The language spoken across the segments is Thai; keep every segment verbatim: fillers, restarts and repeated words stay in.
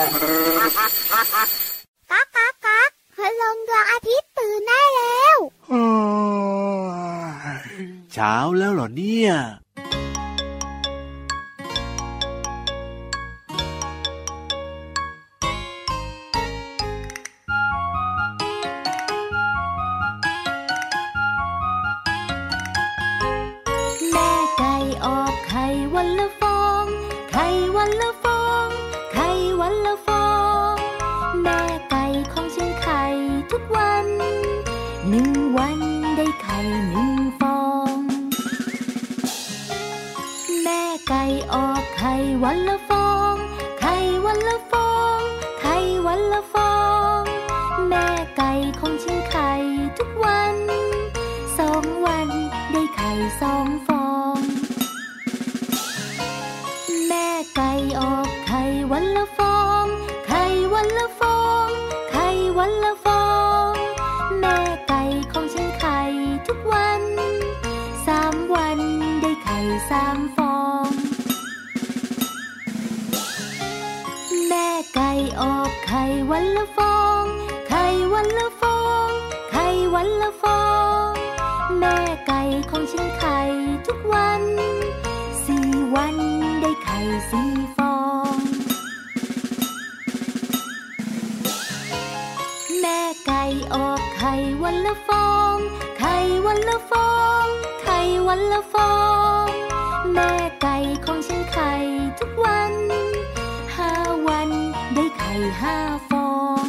ก๊ากก๊ากก๊ากพลังดวงอาทิตย์ตื่นได้แล้วเช้าแล้วเหรอเนี่ยวันละฟองไข่วันละฟองไข่วันละฟองแม่ไก่ของฉันไข่ทุกวันหนึ่งวันได้ไข่หนึ่งฟองแม่ไก่ออกไข่วันละฟองไข่วันละฟองไข่วันละฟองแม่ไก่ของฉันไข่ทุกวันสองวันได้ไข่สองฟองไก่ออกไข่วันละฟองไข่วันละฟองไข่วันละฟองแม่ไก่ของฉันไข่ทุกวันสามวันได้ไข่สามฟองแม่ไก่ออกไข่วันละฟองไข่วันละฟองไข่วันละฟองแม่ไก่ของฉันไข่ทุกวันสี่วันได้ไข่สี่ฟองแม่ไก่ออกไข่วันละฟองไข่วันละฟองไข่วันละฟองแม่ไก่ของฉันไข่ทุกวันห้าวันได้ไข่ห้าฟอง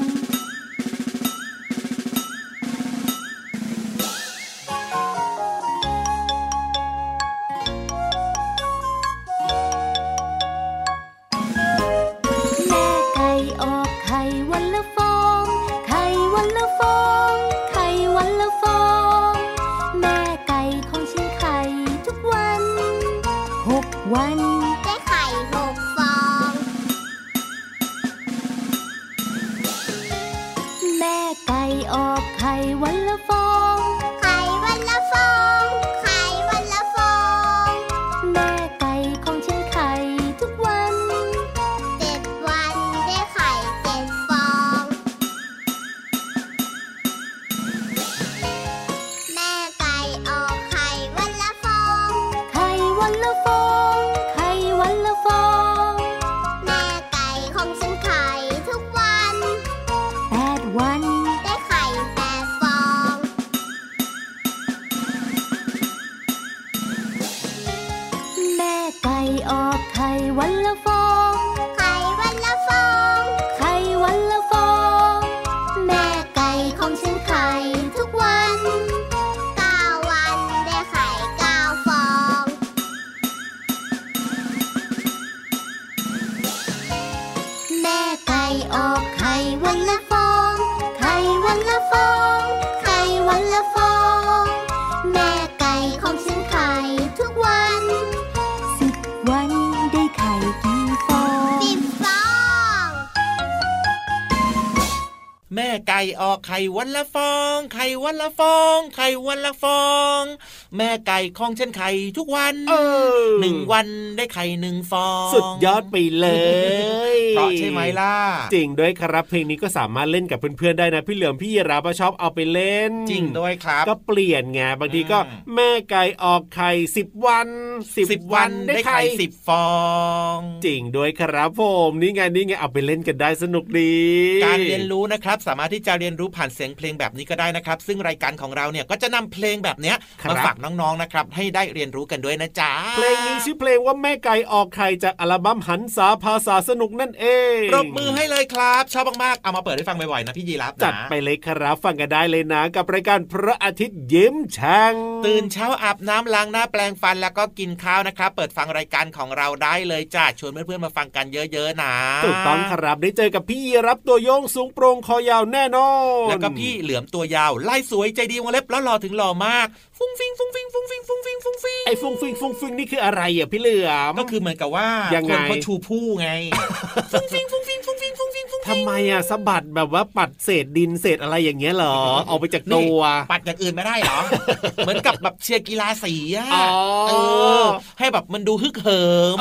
วันได้ไข่หกฟองแม่ไก่ออกไข่วันละฟองไข่วันละฟองไข่วันละฟองแม่ไก่ของฉันไข่ทุกวันเจ็ดวันได้ไข่เจ็ดฟองแม่ไก่ออกไข่วันละฟองไข่วันละฟองวันละฟองแม่ไก่ของฉันไข่ทุกวันแปดวันได้ไข่แปดฟองแม่ไก่ออกไข่วันละฟองไข่วันละฟองไข่วันละฟองแม่ไก่ของฉันไข่ทุกวันเก้าวันได้ไข่เก้าฟองแม่ไก่ออกไข่วันละฟองไข่วันละฟองไข่วันละฟองแม่ไก่ของฉันไข่ทุกวันสิบวันได้ไข่กี่ฟองสิบฟองแม่ไก่ออกไข่วันละฟองไข่วันละฟองไข่วันละฟองแม่ไก่ของฉันไข่ทุกวันหนึ่งวันได้ไข่หนึ่งฟองสุดยอดไปเลยเพราะใช่ไหมล่ะจริงด้วยครับเพลงนี้ก็สามารถเล่นกับเพื่อนๆได้นะพี่เหลือมพี่ยีราฟชอบเอาไปเล่นจริงด้วยครับก็เปลี่ยนไงบางทีก็แม่ไก่ออกไข่สิบวันสิบวันได้ไข่สิบฟองจริงด้วยครับผมนี่ไงนี่ไงเอาไปเล่นกันได้สนุกดีการเรียนรู้นะครับสามารถที่จะเรียนรู้ผ่านเสียงเพลงแบบนี้ก็ได้นะครับซึ่งรายการของเราเนี่ยก็จะนำเพลงแบบนี้มาฝากน้องๆนะครับให้ได้เรียนรู้กันด้วยนะจ๊ะเพลงนี้ชื่อเพลงว่าแม่ไก่ออกไข่จากอัลบั้มหันษาภาษาสนุกนั่นเองปรบมือให้เลยครับชอบมากๆเอามาเปิดให้ฟังบ่อยๆนะพี่ยีรับนะจัดไปเลยครับฟังกันได้เลยนะกับรายการพระอาทิตย์ยิ้มแฉ่งตื่นเช้าอาบน้ำล้างหน้าแปรงฟันแล้วก็กินข้าวนะครับเปิดฟังรายการของเราได้เลยจ้าชวนเพื่อนๆมาฟังกันเยอะๆนะถูกต้องครับได้เจอกับพี่ยีรับตัวโยงสูงโปร่งคอยาวแน่นอนแล้วก็พี่เหลือมตัวยาวไล่สวยใจดีวงเล็บแล้วหล่อถึงหล่อมากฟุ้งฟิงฟุ้งฟิงฟุ้งฟิงฟุ้งฟิงฟุ้งฟิงไอ้ฟุ้งฟิงฟุ้งฟิงนี่คืออะไรอ่ะพี่เหลือมก็คือเหมือนกับว่าคนเขาชูผู้ไงฟุ้งทำไมอ่ะสะบัดแบบว่าปัดเศษดินเศษอะไรอย่างเงี้ยเหรอออกไปจากตัวปัดอย่างอื่นไม่ได้เหรอ เหมือนกับแบบเชียร์กีฬาสีอ่ะเออให้แบบมันดูฮึกเหิม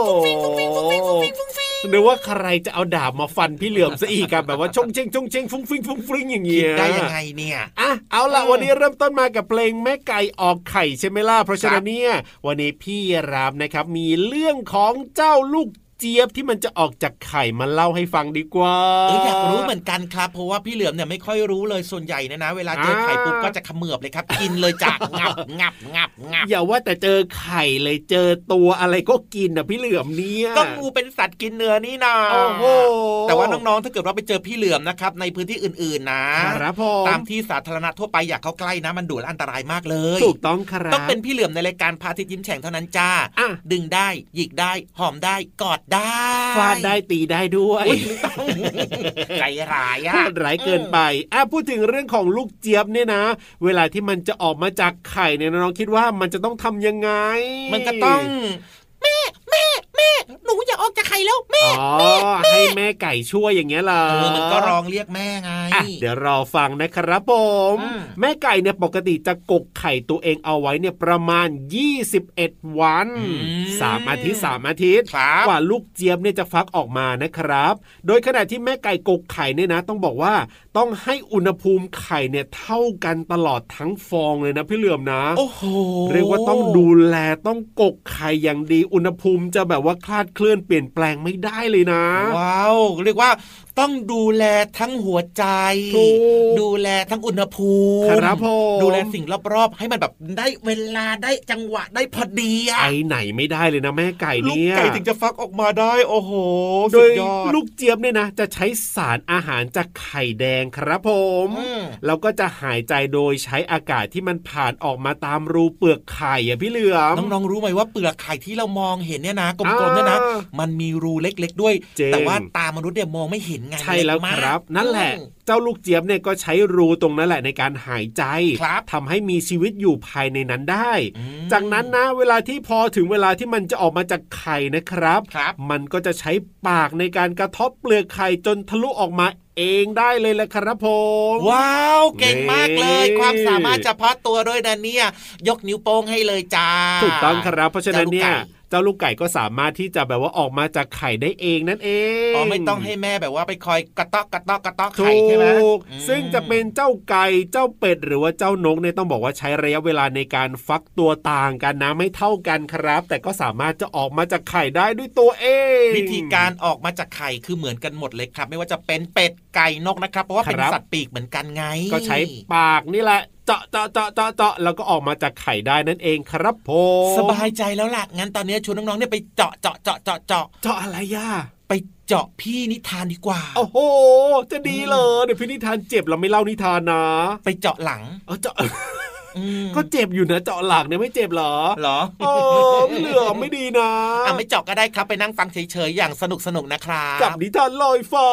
หรือว่าใครจะเอาดาบมาฟันพี่เหลือมซะอีกอะแบบว่าชงเชงชงเชงฟุ้งฟิ้งฟุ้งฟิ้งอย่างเงี้ยได้ยังไงเนี่ยอ่ะเอาล่ะวันนี้เริ่มต้นมากับเพลงแม่ไก่ออกไข่ใช่ไหมล่ะเพราะฉะนั้นเนี่ยวันนี้พี่รามนะครับมีเรื่องของเจ้าลูกเจี๊ยบที่มันจะออกจากไข่มาเล่าให้ฟังดีกว่าเอออยากรู้เหมือนกันครับเพราะว่าพี่เหลือมเนี่ยไม่ค่อยรู้เลยส่วนใหญ่เนี่ยนะเวลาเจอไข่ปุ๊บก็จะเขมือบเลยครับกินเลยจ้ะงับงับงับงับอย่าว่าแต่เจอไข่เลยเจอตัวอะไรก็กินนะพี่เหลือมเนี่ยก็งูเป็นสัตว์กินเนื้อนี่นาโอ้โหแต่ว่าน้องๆถ้าเกิดว่าไปเจอพี่เหลือมนะครับในพื้นที่อื่นๆนะครับตามที่สาธารณะทั่วไปอยากเข้าใกล้นะมันดุและอันตรายมากเลยถูกต้องครับต้องเป็นพี่เหลือมในรายการพาทิตย์ยิ้มแฉ่งเท่านั้นจ้าดึงได้หยิกได้หอมได้กอดได้ฟาดได้ตีได้ด้วยใจร้ายอ่ะร้ายเกินไปอ่ะพูดถึงเรื่องของลูกเจี๊ยบเนี่ยนะเวลาที่มันจะออกมาจากไข่เนี่ยน้องคิดว่ามันจะต้องทำยังไงมันก็ต้องแม่แม่แม่หนูอยากออกจากไข่แล้วแม่แม่ให้แม่ไก่ช่วยอย่างเงี้ยเหรอเออมันก็ร้องเรียกแม่ไงเดี๋ยวรอฟังนะครับผมแม่ไก่เนี่ยปกติจะกกไข่ตัวเองเอาไว้เนี่ยประมาณยี่สิบเอ็ดวันสามอาทิตย์สามอาทิตย์กว่าลูกเจี๊ยบเนี่ยจะฟักออกมานะครับโดยขณะที่แม่ไก่กกไข่เนี่ยนะต้องบอกว่าต้องให้อุณหภูมิไข่เนี่ยเท่ากันตลอดทั้งฟองเลยนะพี่เหลือมนะโอ้โหเรียกว่าต้องดูแลต้องกกไข่อย่างดีอุณหภูมิจะแบบว่าคลาดเคลื่อนเปลี่ยนแปลงไม่ได้เลยนะว้าวเรียกว่าต้องดูแลทั้งหัวใจดูแลทั้งอุณหภูมิครับผมดูแลสิ่งรอบๆให้มันแบบได้เวลาได้จังหวะได้พอดีอะไปไหนไม่ได้เลยนะแม่ไก่เนี่ยลูกไก่ถึงจะฟักออกมาได้โอ้โหโดยลูกเจี๊ยบเนี่ยนะจะใช้สารอาหารจากไข่แดงครับผมแล้วก็จะหายใจโดยใช้อากาศที่มันผ่านออกมาตามรูเปลือกไข่อ่ะพี่เหลือมน้องๆรู้ไหมว่าเปลือกไข่ที่เรามองเห็นเนี่ยนะกลมๆเนี่ยนะมันมีรูเล็กๆด้วยแต่ว่าตามนุษย์เนี่ยมองไม่เห็นไงใช่แล้วครับนั่นแหละเจ้าลูกเจี๊ยบเนี่ยก็ใช้รูตรงนั้นแหละในการหายใจทำให้มีชีวิตอยู่ภายในนั้นได้จากนั้นนะเวลาที่พอถึงเวลาที่มันจะออกมาจากไข่นะครับมันก็จะใช้ปากในการกระทบเปลือกไข่จนทะลุออกมาเองได้เลยแหละครับผมว้าวเก่งมากเลยความสามารถเฉพาะตัวด้วยนะเนี่ยยกนิ้วโป้งให้เลยจ้าถูกต้องครับเพราะฉะนั้นเนี่ยเจ้าลูกไก่ก็สามารถที่จะแบบว่าออกมาจากไข่ได้เองนั่นเองอ๋อไม่ต้องให้แม่แบบว่าไปคอยกระตอกกระตอกกระตอกไข่ใช่ไหมซึ่งจะเป็นเจ้าไก่เจ้าเป็ดหรือว่าเจ้านกเนี่ยต้องบอกว่าใช้ระยะเวลาในการฟักตัวต่างกันนะไม่เท่ากันครับแต่ก็สามารถจะออกมาจากไข่ได้ด้วยตัวเองวิธีการออกมาจากไข่คือเหมือนกันหมดเลยครับไม่ว่าจะเป็นเป็ดไก่นกนะครับเพราะว่าเป็นสัตว์ปีกเหมือนกันไงก็ใช้ปากนี่แหละเจาะเจาะเจาะเจาะเจาะแล้วก็ออกมาจากไข่ได้นั่นเองครับผมสบายใจแล้วล่ะงั้นตอนนี้ชวนน้องๆเนี่ยไปเจาะเจาะเจาะเจาะเจาะเจาะอะไรย่าไปเจาะพี่นิทานดีกว่าโอ้โหจะดีเลยเดี๋ยวพี่นิทานเจ็บเราไม่เล่านิทานนะไปเจาะหลังเออเจาะก็เจ็บอยู่นะเจาะหลังเนี่ยไม่เจ็บหรอหรอเออเหลือไม่ดีนะอ่ะไม่เจาะก็ได้ครับไปนั่งฟังเฉยๆอย่างสนุกสนุกนะครับกับนิทานลอยฟ้า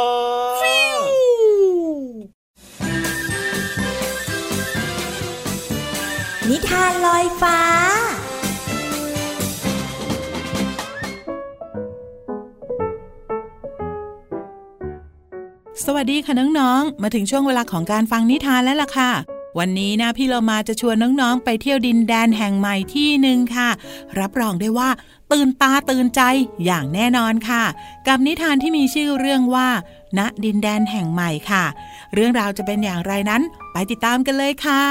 นิทานลอยฟ้าสวัสดีค่ะน้องๆมาถึงช่วงเวลาของการฟังนิทานแล้วล่ะค่ะวันนี้นะพี่เรามาจะชวนน้องๆไปเที่ยวดินแดนแห่งใหม่ที่หนึ่งค่ะรับรองได้ว่าตื่นตาตื่นใจอย่างแน่นอนค่ะกับนิทานที่มีชื่อเรื่องว่าณดินแดนแห่งใหม่ค่ะเรื่องราวจะเป็นอย่างไรนั้นไปติดตามกันเลยค่ะ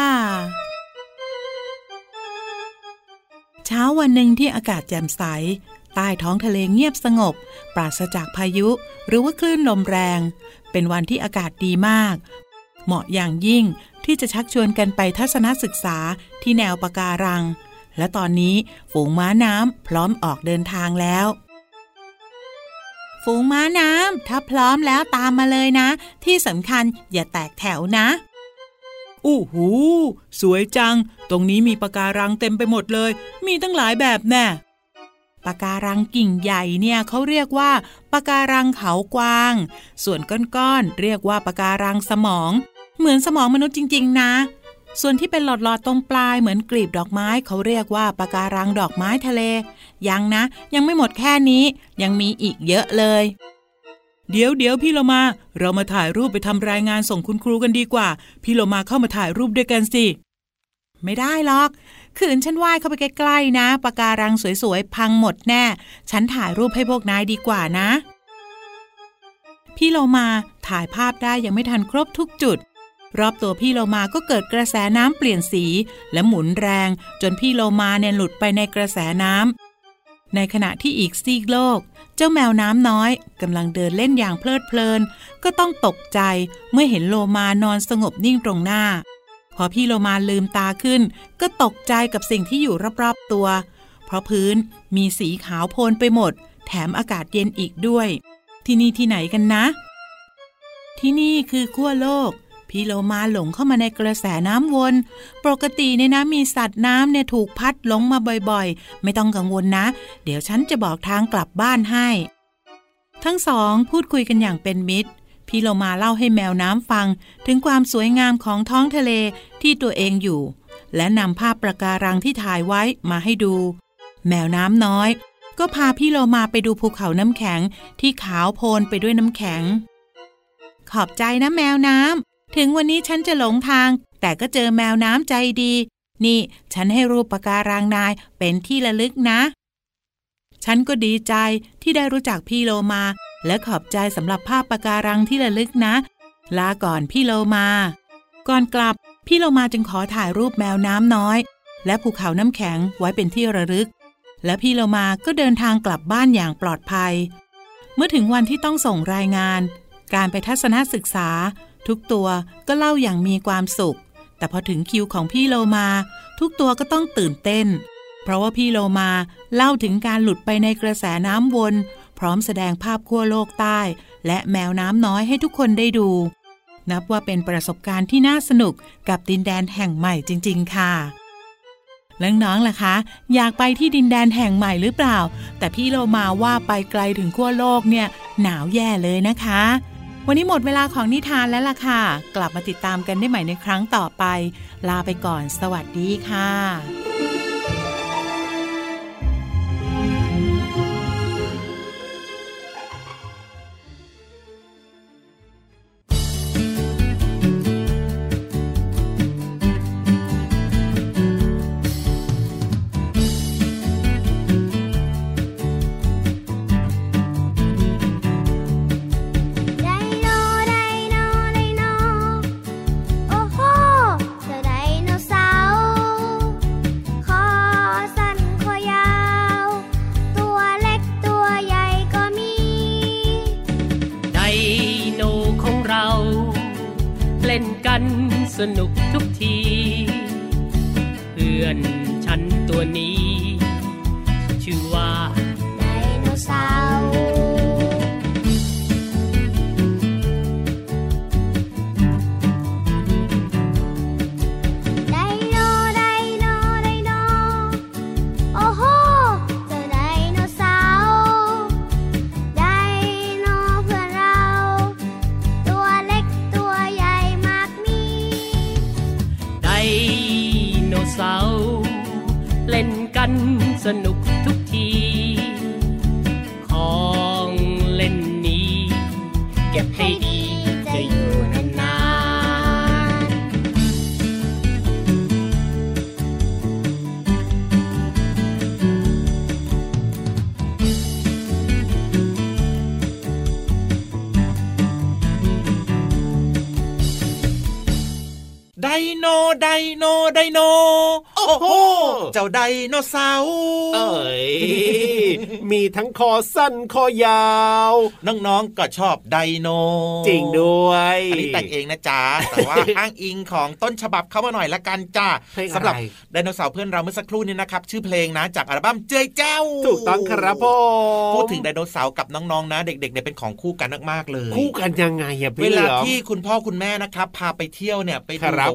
เช้าวันหนึ่งที่อากาศแจ่มใสใต้ท้องทะเลเงียบสงบปราศจากพายุหรือว่าคลื่นลมแรงเป็นวันที่อากาศดีมากเหมาะอย่างยิ่งที่จะชักชวนกันไปทัศนศึกษาที่แนวปะการังและตอนนี้ฝูงม้าน้ำพร้อมออกเดินทางแล้วฝูงม้าน้ำถ้าพร้อมแล้วตามมาเลยนะที่สำคัญอย่าแตกแถวนะอู้หูสวยจังตรงนี้มีปะการังเต็มไปหมดเลยมีตั้งหลายแบบแน่ปะการังกิ่งใหญ่เนี่ยเขาเรียกว่าปะการังเขากวางส่วนก้อนๆเรียกว่าปะการังสมองเหมือนสมองมนุษย์จริงๆนะส่วนที่เป็นหลอดๆตรงปลายเหมือนกลีบดอกไม้เขาเรียกว่าปะการังดอกไม้ทะเลยังนะยังไม่หมดแค่นี้ยังมีอีกเยอะเลยเดี๋ยวเดี๋ยวพี่โลมาเรามาถ่ายรูปไปทำรายงานส่งคุณครูกันดีกว่าพี่โลมาเข้ามาถ่ายรูปด้วยกันสิไม่ได้หรอกขืนฉันว่ายเข้าไปใกล้ๆนะปะการังสวยๆพังหมดแน่ฉันถ่ายรูปให้พวกนายดีกว่านะพี่โลมาถ่ายภาพได้ยังไม่ทันครบทุกจุดรอบตัวพี่โลมาก็เกิดกระแสน้ำเปลี่ยนสีและหมุนแรงจนพี่โลมาเนี่ยหลุดไปในกระแสน้ำในขณะที่อีกซีกโลกเจ้าแมวน้ำน้อยกำลังเดินเล่นอย่างเพลิดเพลินก็ต้องตกใจเมื่อเห็นโลมานอนสงบนิ่งตรงหน้าพอพี่โลมาลืมตาขึ้นก็ตกใจกับสิ่งที่อยู่รอบๆตัวเพราะพื้นมีสีขาวโพลนไปหมดแถมอากาศเย็นอีกด้วยที่นี่ที่ไหนกันนะที่นี่คือขั้วโลกพี่โลมาหลงเข้ามาในกระแสน้ำวนปกติเนี่ยนะมีสัตว์น้ำเนี่ยถูกพัดหลงมาบ่อยๆไม่ต้องกังวลนะเดี๋ยวฉันจะบอกทางกลับบ้านให้ทั้งสองพูดคุยกันอย่างเป็นมิตรพี่โลมาเล่าให้แมวน้ำฟังถึงความสวยงามของท้องทะเลที่ตัวเองอยู่และนำภาพปะการังที่ถ่ายไว้มาให้ดูแมวน้ำน้อยก็พาพี่โลมาไปดูภูเขาน้ำแข็งที่ขาวโพลนไปด้วยน้ำแข็งขอบใจนะแมวน้ำถึงวันนี้ฉันจะหลงทางแต่ก็เจอแมวน้ำใจดีนี่ฉันให้รูปปะการังนายเป็นที่ระลึกนะฉันก็ดีใจที่ได้รู้จักพี่โลมาและขอบใจสำหรับภาพปะการังที่ระลึกนะลาก่อนพี่โลมาก่อนกลับพี่โลมาจึงขอถ่ายรูปแมวน้ำน้อยและภูเขาน้ำแข็งไว้เป็นที่ระลึกและพี่โลมาก็เดินทางกลับบ้านอย่างปลอดภัยเมื่อถึงวันที่ต้องส่งรายงานการไปทัศนศึกษาทุกตัวก็เล่าอย่างมีความสุขแต่พอถึงคิวของพี่โลมาทุกตัวก็ต้องตื่นเต้นเพราะว่าพี่โลมาเล่าถึงการหลุดไปในกระแสน้ำวนพร้อมแสดงภาพขั้วโลกใต้และแมวน้ำน้อยให้ทุกคนได้ดูนับว่าเป็นประสบการณ์ที่น่าสนุกกับดินแดนแห่งใหม่จริงๆค่ะแล้วน้องล่ะคะอยากไปที่ดินแดนแห่งใหม่หรือเปล่าแต่พี่โลมาว่าไปไกลถึงขั้วโลกเนี่ยหนาวแย่เลยนะคะวันนี้หมดเวลาของนิทานแล้วล่ะค่ะกลับมาติดตามกันได้ใหม่ในครั้งต่อไปลาไปก่อนสวัสดีค่ะสนุกทุกทีเพื่อนฉันตัวนี้ชื่อว่าไดโนเสาร์ไดโนไดโนไดโนโอ้โหเจ้าไดโนเสาร์ไดโนเพื่อนเราตัวเล็กตัวใหญ่มากมีไดโนเสาร์เล่นกันสนุกทุกทีของเล่นนี้เก็บให้ดีจะอยู่นานไดโนไดโนไดโนโอ้โหเจ้าไดโนเสาร์เอ้ยมีทั้งคอสั้นคอยาวน้องๆก็ชอบไดโนจริงด้วยอันนี้แต่งเองนะจ๊ะแต่ว่าอ้างอิงของต้นฉบับเข้ามาหน่อยละกันจ้าสำหรับไดโนเสาร์เพื่อนเราเมื่อสักครู่นี้นะครับชื่อเพลงนะจากอัลบั้มเจยแจ้วถูกต้องครับพ่อพูดถึงไดโนเสาร์กับน้องๆนะเด็กๆเนี่ยเป็นของคู่กันมากๆเลยคู่กันยังไงอ่ะพี่เวลาที่คุณพ่อคุณแม่นะครับพาไปเที่ยวเนี่ยไปดู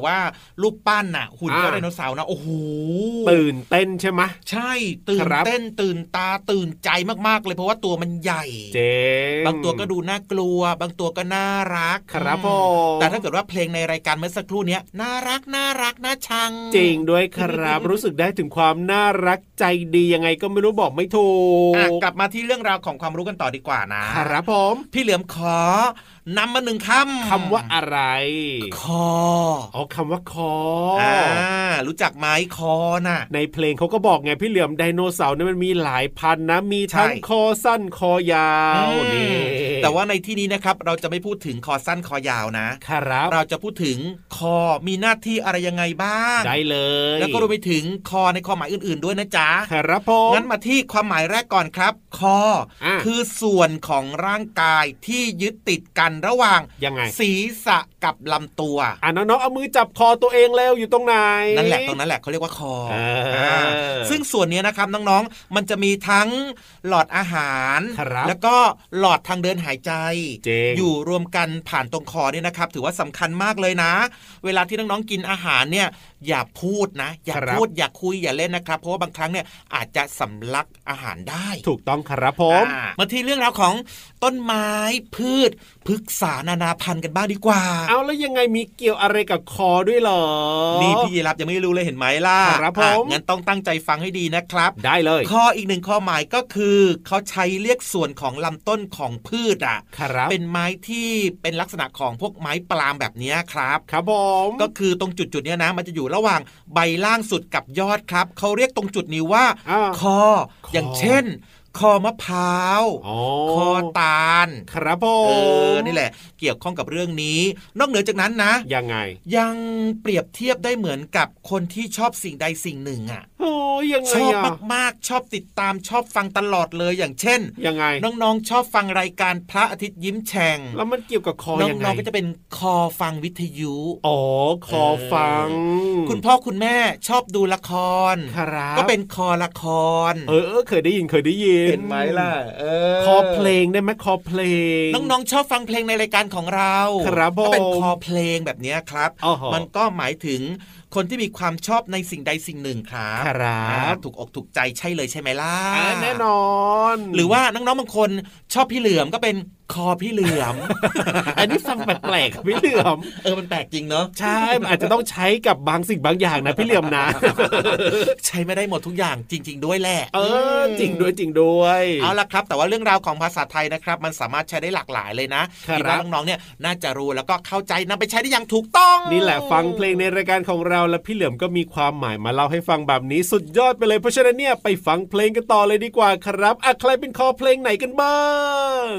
ว่ารูปปั้นน่ะหุ่นเจ้าไดโนเสาร์นะโอ้โหตื่นเต้นใช่ไหมใช่ตื่นเต้นตื่นตาตื่นใจมากๆเลยเพราะว่าตัวมันใหญ่เจ๋งบางตัวก็ดูน่ากลัวบางตัวก็น่ารักครับผมแต่ถ้าเกิดว่าเพลงในรายการเมื่อสักครู่นี้น่ารักน่ารักน่าชังจริงด้วยครับรู้สึกได้ถึงความน่ารักใจดียังไงก็ไม่รู้บอกไม่ถูกกลับมาที่เรื่องราวของความรู้กันต่อดีกว่านะครับผมพี่เหลือมขอนำมาหนึ่งคำคำว่าอะไรคออ๋อคำว่าคออ่ารู้จักไหมคอน่ะในเพลงเขาก็บอกไงพี่เหลือมไดโนเสาร์เนี่ยมันมีหลายพันนะมีทั้งคอสั้นคอยาวนี่แต่ว่าในที่นี้นะครับเราจะไม่พูดถึงคอสั้นคอยาวนะครับเราจะพูดถึงคอมีหน้าที่อะไรยังไงบ้างได้เลยแล้วก็รวมไปถึงคอในความหมายอื่นๆด้วยนะจ๊ะครับผมงั้นมาที่ความหมายแรกก่อนครับคอคือส่วนของร่างกายที่ยึดติดกันระหว่างยังไงศีรษะกับลำตัวอ่ะน้องๆเอามือจับคอตัวเองแล้วอยู่ตรงไหนนั่นแหละตรงนั้นแหละเขาเรียกว่าคอซึ่งส่วนนี้นะครับน้องๆมันจะมีทั้งหลอดอาหารแล้วก็หลอดทางเดินหายใจอยู่รวมกันผ่านตรงคอเนี่ยนะครับถือว่าสำคัญมากเลยนะเวลาที่น้องๆกินอาหารเนี่ยอย่าพูดนะอย่าพูดอย่าคุยอย่าเล่นนะครับเพราะว่าบางครั้งเนี่ยอาจจะสำลักอาหารได้ถูกต้องครับผมมาที่เรื่องราวของต้นไม้พืชพฤกษานานาพันธุ์กันบ้างดีกว่าเอาแล้วยังไงมีเกี่ยวอะไรกับคอด้วยเหรอนี่พี่ยีรับยังไม่รู้เลยเห็นไหมล่ะครับผมงั้นต้องตั้งใจฟังให้ดีนะครับได้เลยข้ออีกหนึ่งข้อหมายก็คือเขาใช้เรียกส่วนของลำต้นของพืชอ่ะเป็นไม้ที่เป็นลักษณะของพวกไม้ปลามแบบนี้ครับครับผมก็คือตรงจุดๆเนี้ยนะมันจะอยู่ระหว่างใบล่างสุดกับยอดครับเขาเรียกตรงจุดนี้ว่าคออย่างเช่นคอมะพร้าวคอตาลครับผมเออนี่แหละเกี่ยวข้องกับเรื่องนี้นอกเหนือจากนั้นนะยังไงยังเปรียบเทียบได้เหมือนกับคนที่ชอบสิ่งใดสิ่งหนึ่งอ่ะโอ้ยังไงชอบมากๆชอบติดตามชอบฟังตลอดเลยอย่างเช่นยังไงน้องๆชอบฟังรายการพระอาทิตย์ยิ้มแฉ่งแล้วมันเกี่ยวกับคอยังไงน้องๆก็จะเป็นคอฟังวิทยุอ๋อคอฟังคุณพ่อคุณแม่ชอบดูละครก็เป็นคอละครเออเคยได้ยินเคยได้ยินเห็นไหมล่ะคอเพลงได้ไหมคอเพลงน้องๆชอบฟังเพลงในรายการของเราก็เป็นคอเพลงแบบนี้ครับมันก็หมายถึงคนที่มีความชอบในสิ่งใดสิ่งหนึ่งครับครับถูกอกถูกใจใช่เลยใช่ไหมล่ะแน่นอนหรือว่าน้องๆบางคนชอบพี่เหลือมก็เป็นคอพี่เหลือมอันนี้ฟังแปลกๆพี่เหลือมเออมันแปลกจริงเนาะใช่อาจจะต้องใช้กับบางสิ่งบางอย่างนะพี่เหลือมนะใช้ไม่ได้หมดทุกอย่างจริงๆด้วยแหละเออจริงด้วยจริงด้วยเอาล่ะครับแต่ว่าเรื่องราวของภาษาไทยนะครับมันสามารถใช้ได้หลากหลายเลยนะคิดว่าน้องๆเนี่ยน่าจะรู้แล้วก็เข้าใจนำไปใช้ได้อย่างถูกต้องนี่แหละฟังเพลงในรายการของเราและพี่เหลือมก็มีความหมายมาเล่าให้ฟังแบบนี้สุดยอดไปเลยเพราะฉะนั้นเนี่ยไปฟังเพลงกันต่อเลยดีกว่าครับอ่ะใครเป็นคอเพลงไหนกันบ้าง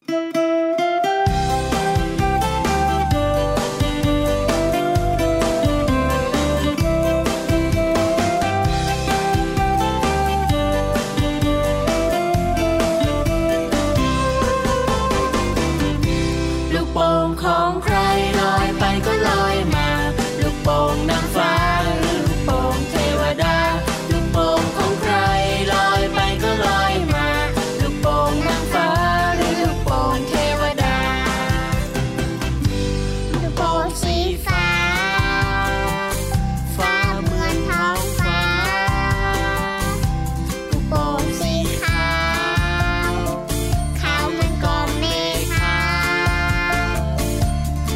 ลูกโป่งของใครลอยไปก็ลอยมาลูกโป่งนางฟ้าหรือลูกโป่งเทวดาลูกโป่งของใครลอยไปก็ลอยมาลูกโป่งนางฟ้าหรือลูกโป่งเทวดาลูกโป่งสีฟ้าฟ้าเหมือนท้องฟ้าลูกโป่งสีขาวขาวเหมือนกองเมฆขาว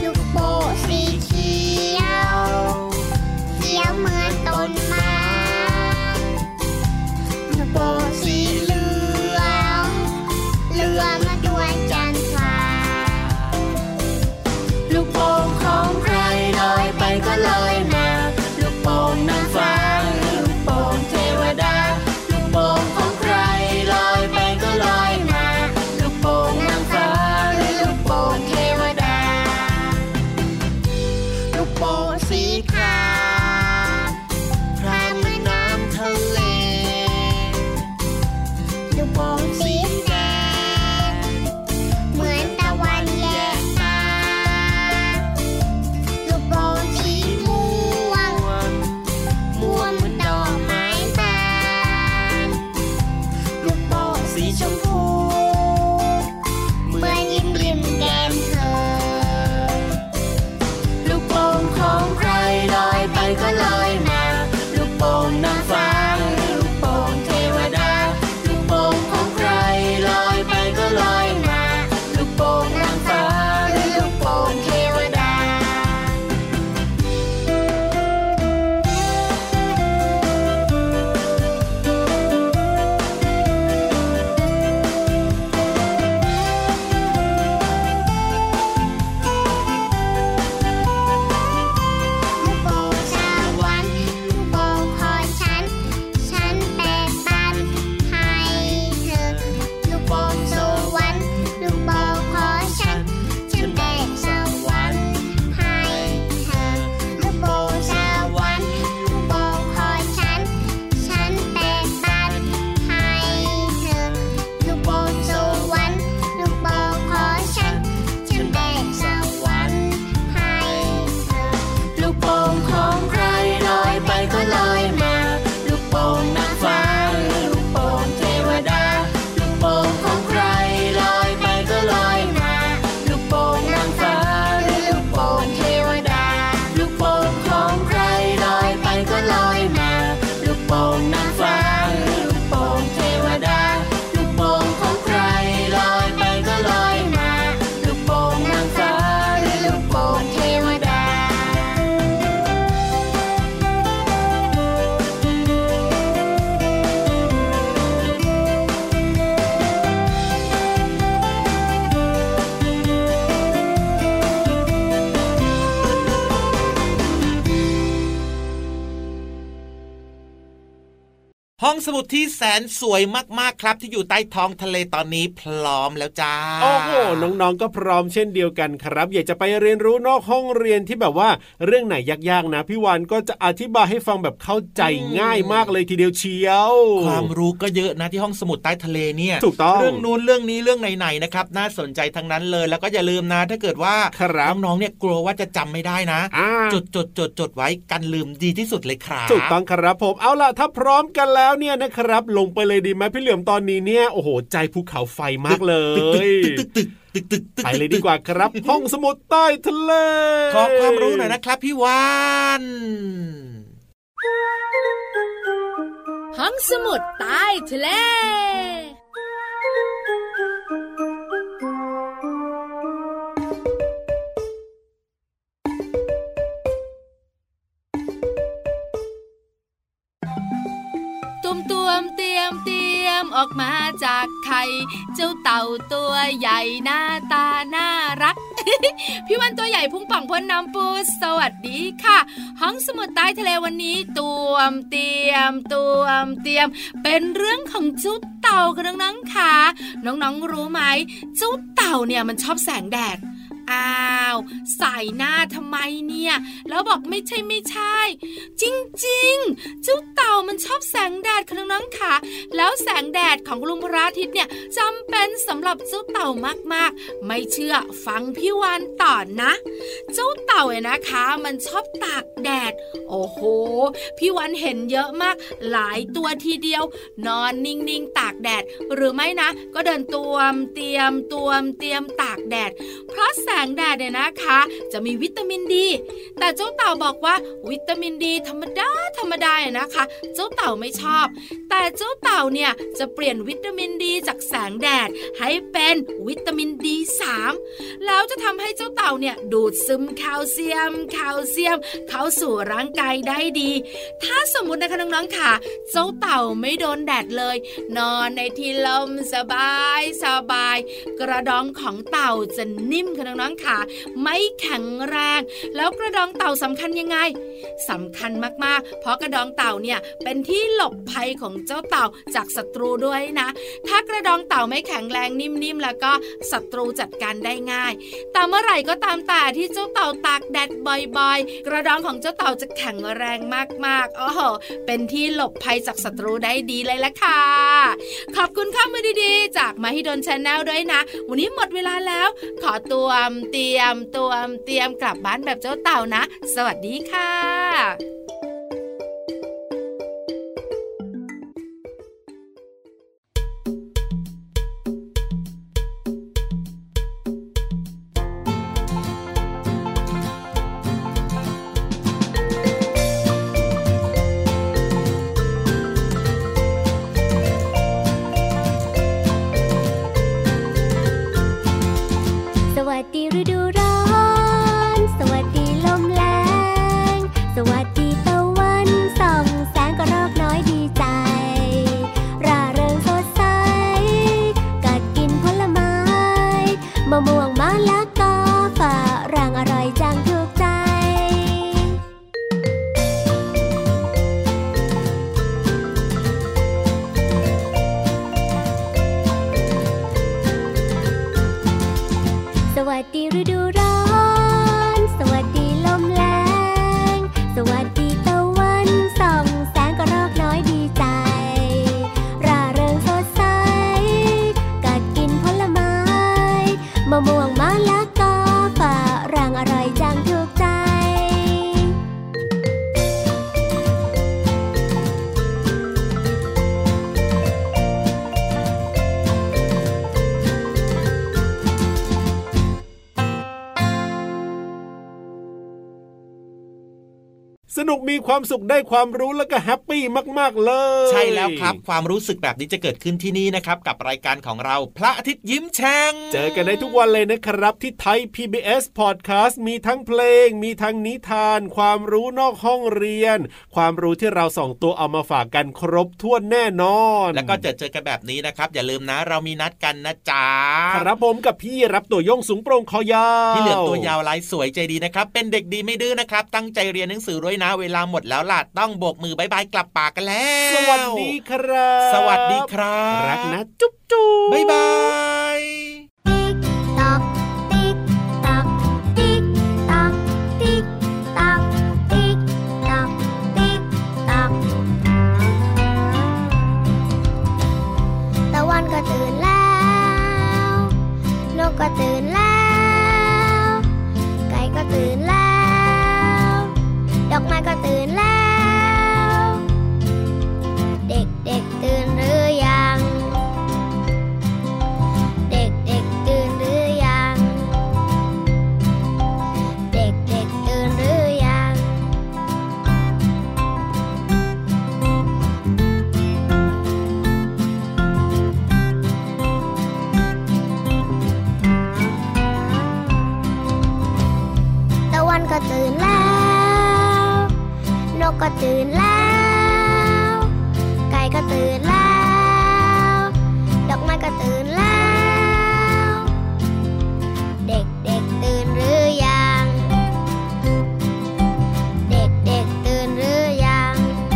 ห้องสมุดที่แสนสวยมากๆครับที่อยู่ใต้ท้องทะเลตอนนี้พร้อมแล้วจ้าโอ้โหน้องๆก็พร้อมเช่นเดียวกันครับอยากจะไปเรียนรู้นอกห้องเรียนที่แบบว่าเรื่องไหนยากๆนะพี่วานก็จะอธิบายให้ฟังแบบเข้าใจง่ายมากเลยทีเดียวเชียวความรู้ก็เยอะนะที่ห้องสมุดใต้ทะเลเนี่ยถูกต้องเรื่องนู้นเรื่องนี้เรื่องไหนๆนะครับน่าสนใจทั้งนั้นเลยแล้วก็อย่าลืมนะถ้าเกิดว่าน้องๆเนี่ยกลัวว่าจะจำไม่ได้นะจดจดจดจดไว้กันลืมดีที่สุดเลยครับถูกต้องครับผมเอาล่ะถ้าพร้อมกันแล้วเนี่ยนะครับลงไปเลยดีไหมพี่เหลือมตอนนี้เนี่ยโอ้โหใจภูเขาไฟมากเลยตึกตึกตึกตึกไปเลยดีกว่าครับห้องสมุดใต้ทะเลขอความรู้หน่อยนะครับพี่วานห้องสมุดใต้ทะเลตุ่มตุ่มเตรียมเตรียมออกมาจากไข่เจ้าเต่าตัวใหญ่หน้าตาน่ารัก พี่วันตัวใหญ่พุ่งป่องพ้นน้ำปูสวัสดีค่ะห้องสมุดใต้ทะเลวันนี้ตุ่มเตรียมตุ่มเตรียมเป็นเรื่องของเจ้าเต่าค่ะน้องๆค่ะน้องๆรู้ไหมเจ้าเต่าเนี่ยมันชอบแสงแดดอ้าวใส่หน้าทำไมเนี่ยแล้วบอกไม่ใช่ไม่ใช่จริงๆเจ้าเต่ามันชอบแสงแดดค่ะน้องๆค่ะแล้วแสงแดดของลุงพระอาทิตย์เนี่ยจำเป็นสำหรับเจ้าเต่ามากๆไม่เชื่อฟังพี่วานต่อนะเจ้าเต่าเนี่ยนะคะมันชอบตากแดดโอ้โหพี่วานเห็นเยอะมากหลายตัวทีเดียวนอนนิ่งๆตากแดดหรือไม่นะก็เดินตวมเตรียมตวมเตรียมตากแดดเพราะแสงแดดเนี่ยนะคะจะมีวิตามินดีแต่เจ้าเต่าบอกว่าวิตามินดีธรรมดาธรรมดาเนี่ยนะคะเจ้าเต่าไม่ชอบแต่เจ้าเต่าเนี่ยจะเปลี่ยนวิตามินดีจากแสงแดดให้เป็นวิตามินดีสามแล้วจะทำให้เจ้าเต่าเนี่ยดูดซึมแคลเซียมแคลเซียมเข้าสู่ร่างกายได้ดีถ้าสมมุตินะคะน้องๆค่ะเจ้าเต่าไม่โดนแดดเลยนอนในที่ลมสบายสบายกระดองของเต่าจะนิ่มค่ะน้องๆค่ะไม่แข็งแรงแล้วกระดองเต่าสำคัญยังไงสำคัญมากๆเพราะกระดองเต่าเนี่ยเป็นที่หลบภัยของเจ้าเต่าจากศัตรูด้วยนะถ้ากระดองเต่าไม่แข็งแรงนิ่มๆแล้วก็ศัตรูจัดการได้ง่ายแต่เมื่อไหร่ก็ตามแต่ที่เจ้าเต่าตากแดดบ่อยๆกระดองของเจ้าเต่าจะแข็งแรงมากๆโอ้โหเป็นที่หลบภัยจากศัตรูได้ดีเลยละค่ะขอบคุณข้อมูลดีๆจากมหิดล Channel ด้วยนะวันนี้หมดเวลาแล้วขอตัวเตรียมตัวเตรียมกลับบ้านแบบเจ้าเต่านะสวัสดีค่ะสวัสดีฤดูร้อนสวัสดีลมแรงสวัสดีตะวันส่องแสงกระรอกน้อยดีใจร่าเริงสดใสกัดกินผลไม้มะม่วงมะละกอฝรั่งอร่อยจังถูกใจสวัสดีฤดูร้อนสวัสดีลมแรงสวัสดีตะวันส่องแสงกระรอกน้อยดีใจร่าเริงสดใสกัดกินผลไม้มะม่วงมะละกอฝรั่งอร่อยจังถูกใจสนุกมีความสุขได้ความรู้แล้วก็แฮปปี้มากๆเลยใช่แล้วครับความรู้สึกแบบนี้จะเกิดขึ้นที่นี่นะครับกับรายการของเราพระอาทิตย์ยิ้มแฉ่งเจอกันได้ทุกวันเลยนะครับที่ไทย พี บี เอส Podcast มีทั้งเพลงมีทั้งนิทานความรู้นอกห้องเรียนความรู้ที่เราส่องตัวเอามาฝากกันครบถ้วนแน่นอนแล้วก็เจอเจอกันแบบนี้นะครับอย่าลืมนะเรามีนัดกันนะจ๊ะครับผมกับพี่รับตัวโยงสูงโปร่งคอยาวพี่เหลือมตัวยาวลายสวยใจดีนะครับเป็นเด็กดีไม่ดื้อนะครับตั้งใจเรียนหนังสือด้วยนะ เวลาหมดแล้วล่ะต้องโบกมือบายบายกลับป่ากันแล้วสวัสดีครับสวัสดีครับรักนะจุ๊บจุ๊บบายบายติ๊กตอกติ๊กตอกติ๊กตอกติ๊กตอกติ๊กตอกติ๊กตอกตะวันก็ตื่นแล้วนกก็ตื่นแล้วไก่ก็ตื่นแล้วดอกไม้ก็ตื่นแล้วเด็กๆตื่นหรือยังเด็กๆตื่นหรือยังเด็กๆตื่นหรือยังตะวันก็ตื่นแล้วนกก็ตื่นแล้วไก่ก็ตื่นแล้วดอกไม้ก็ตื่นแล้วเด็กๆตื่นหรือยังเด็กๆตื่นหรือยัง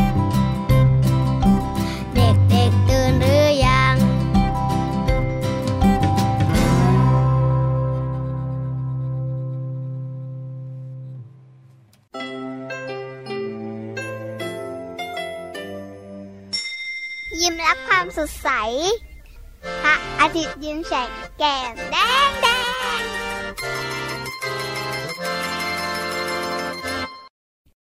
เด็กๆตื่นหรือยังยิ้มรับความสดใสพระอาทิตย์ยิ้มแฉกแก้มแดงแด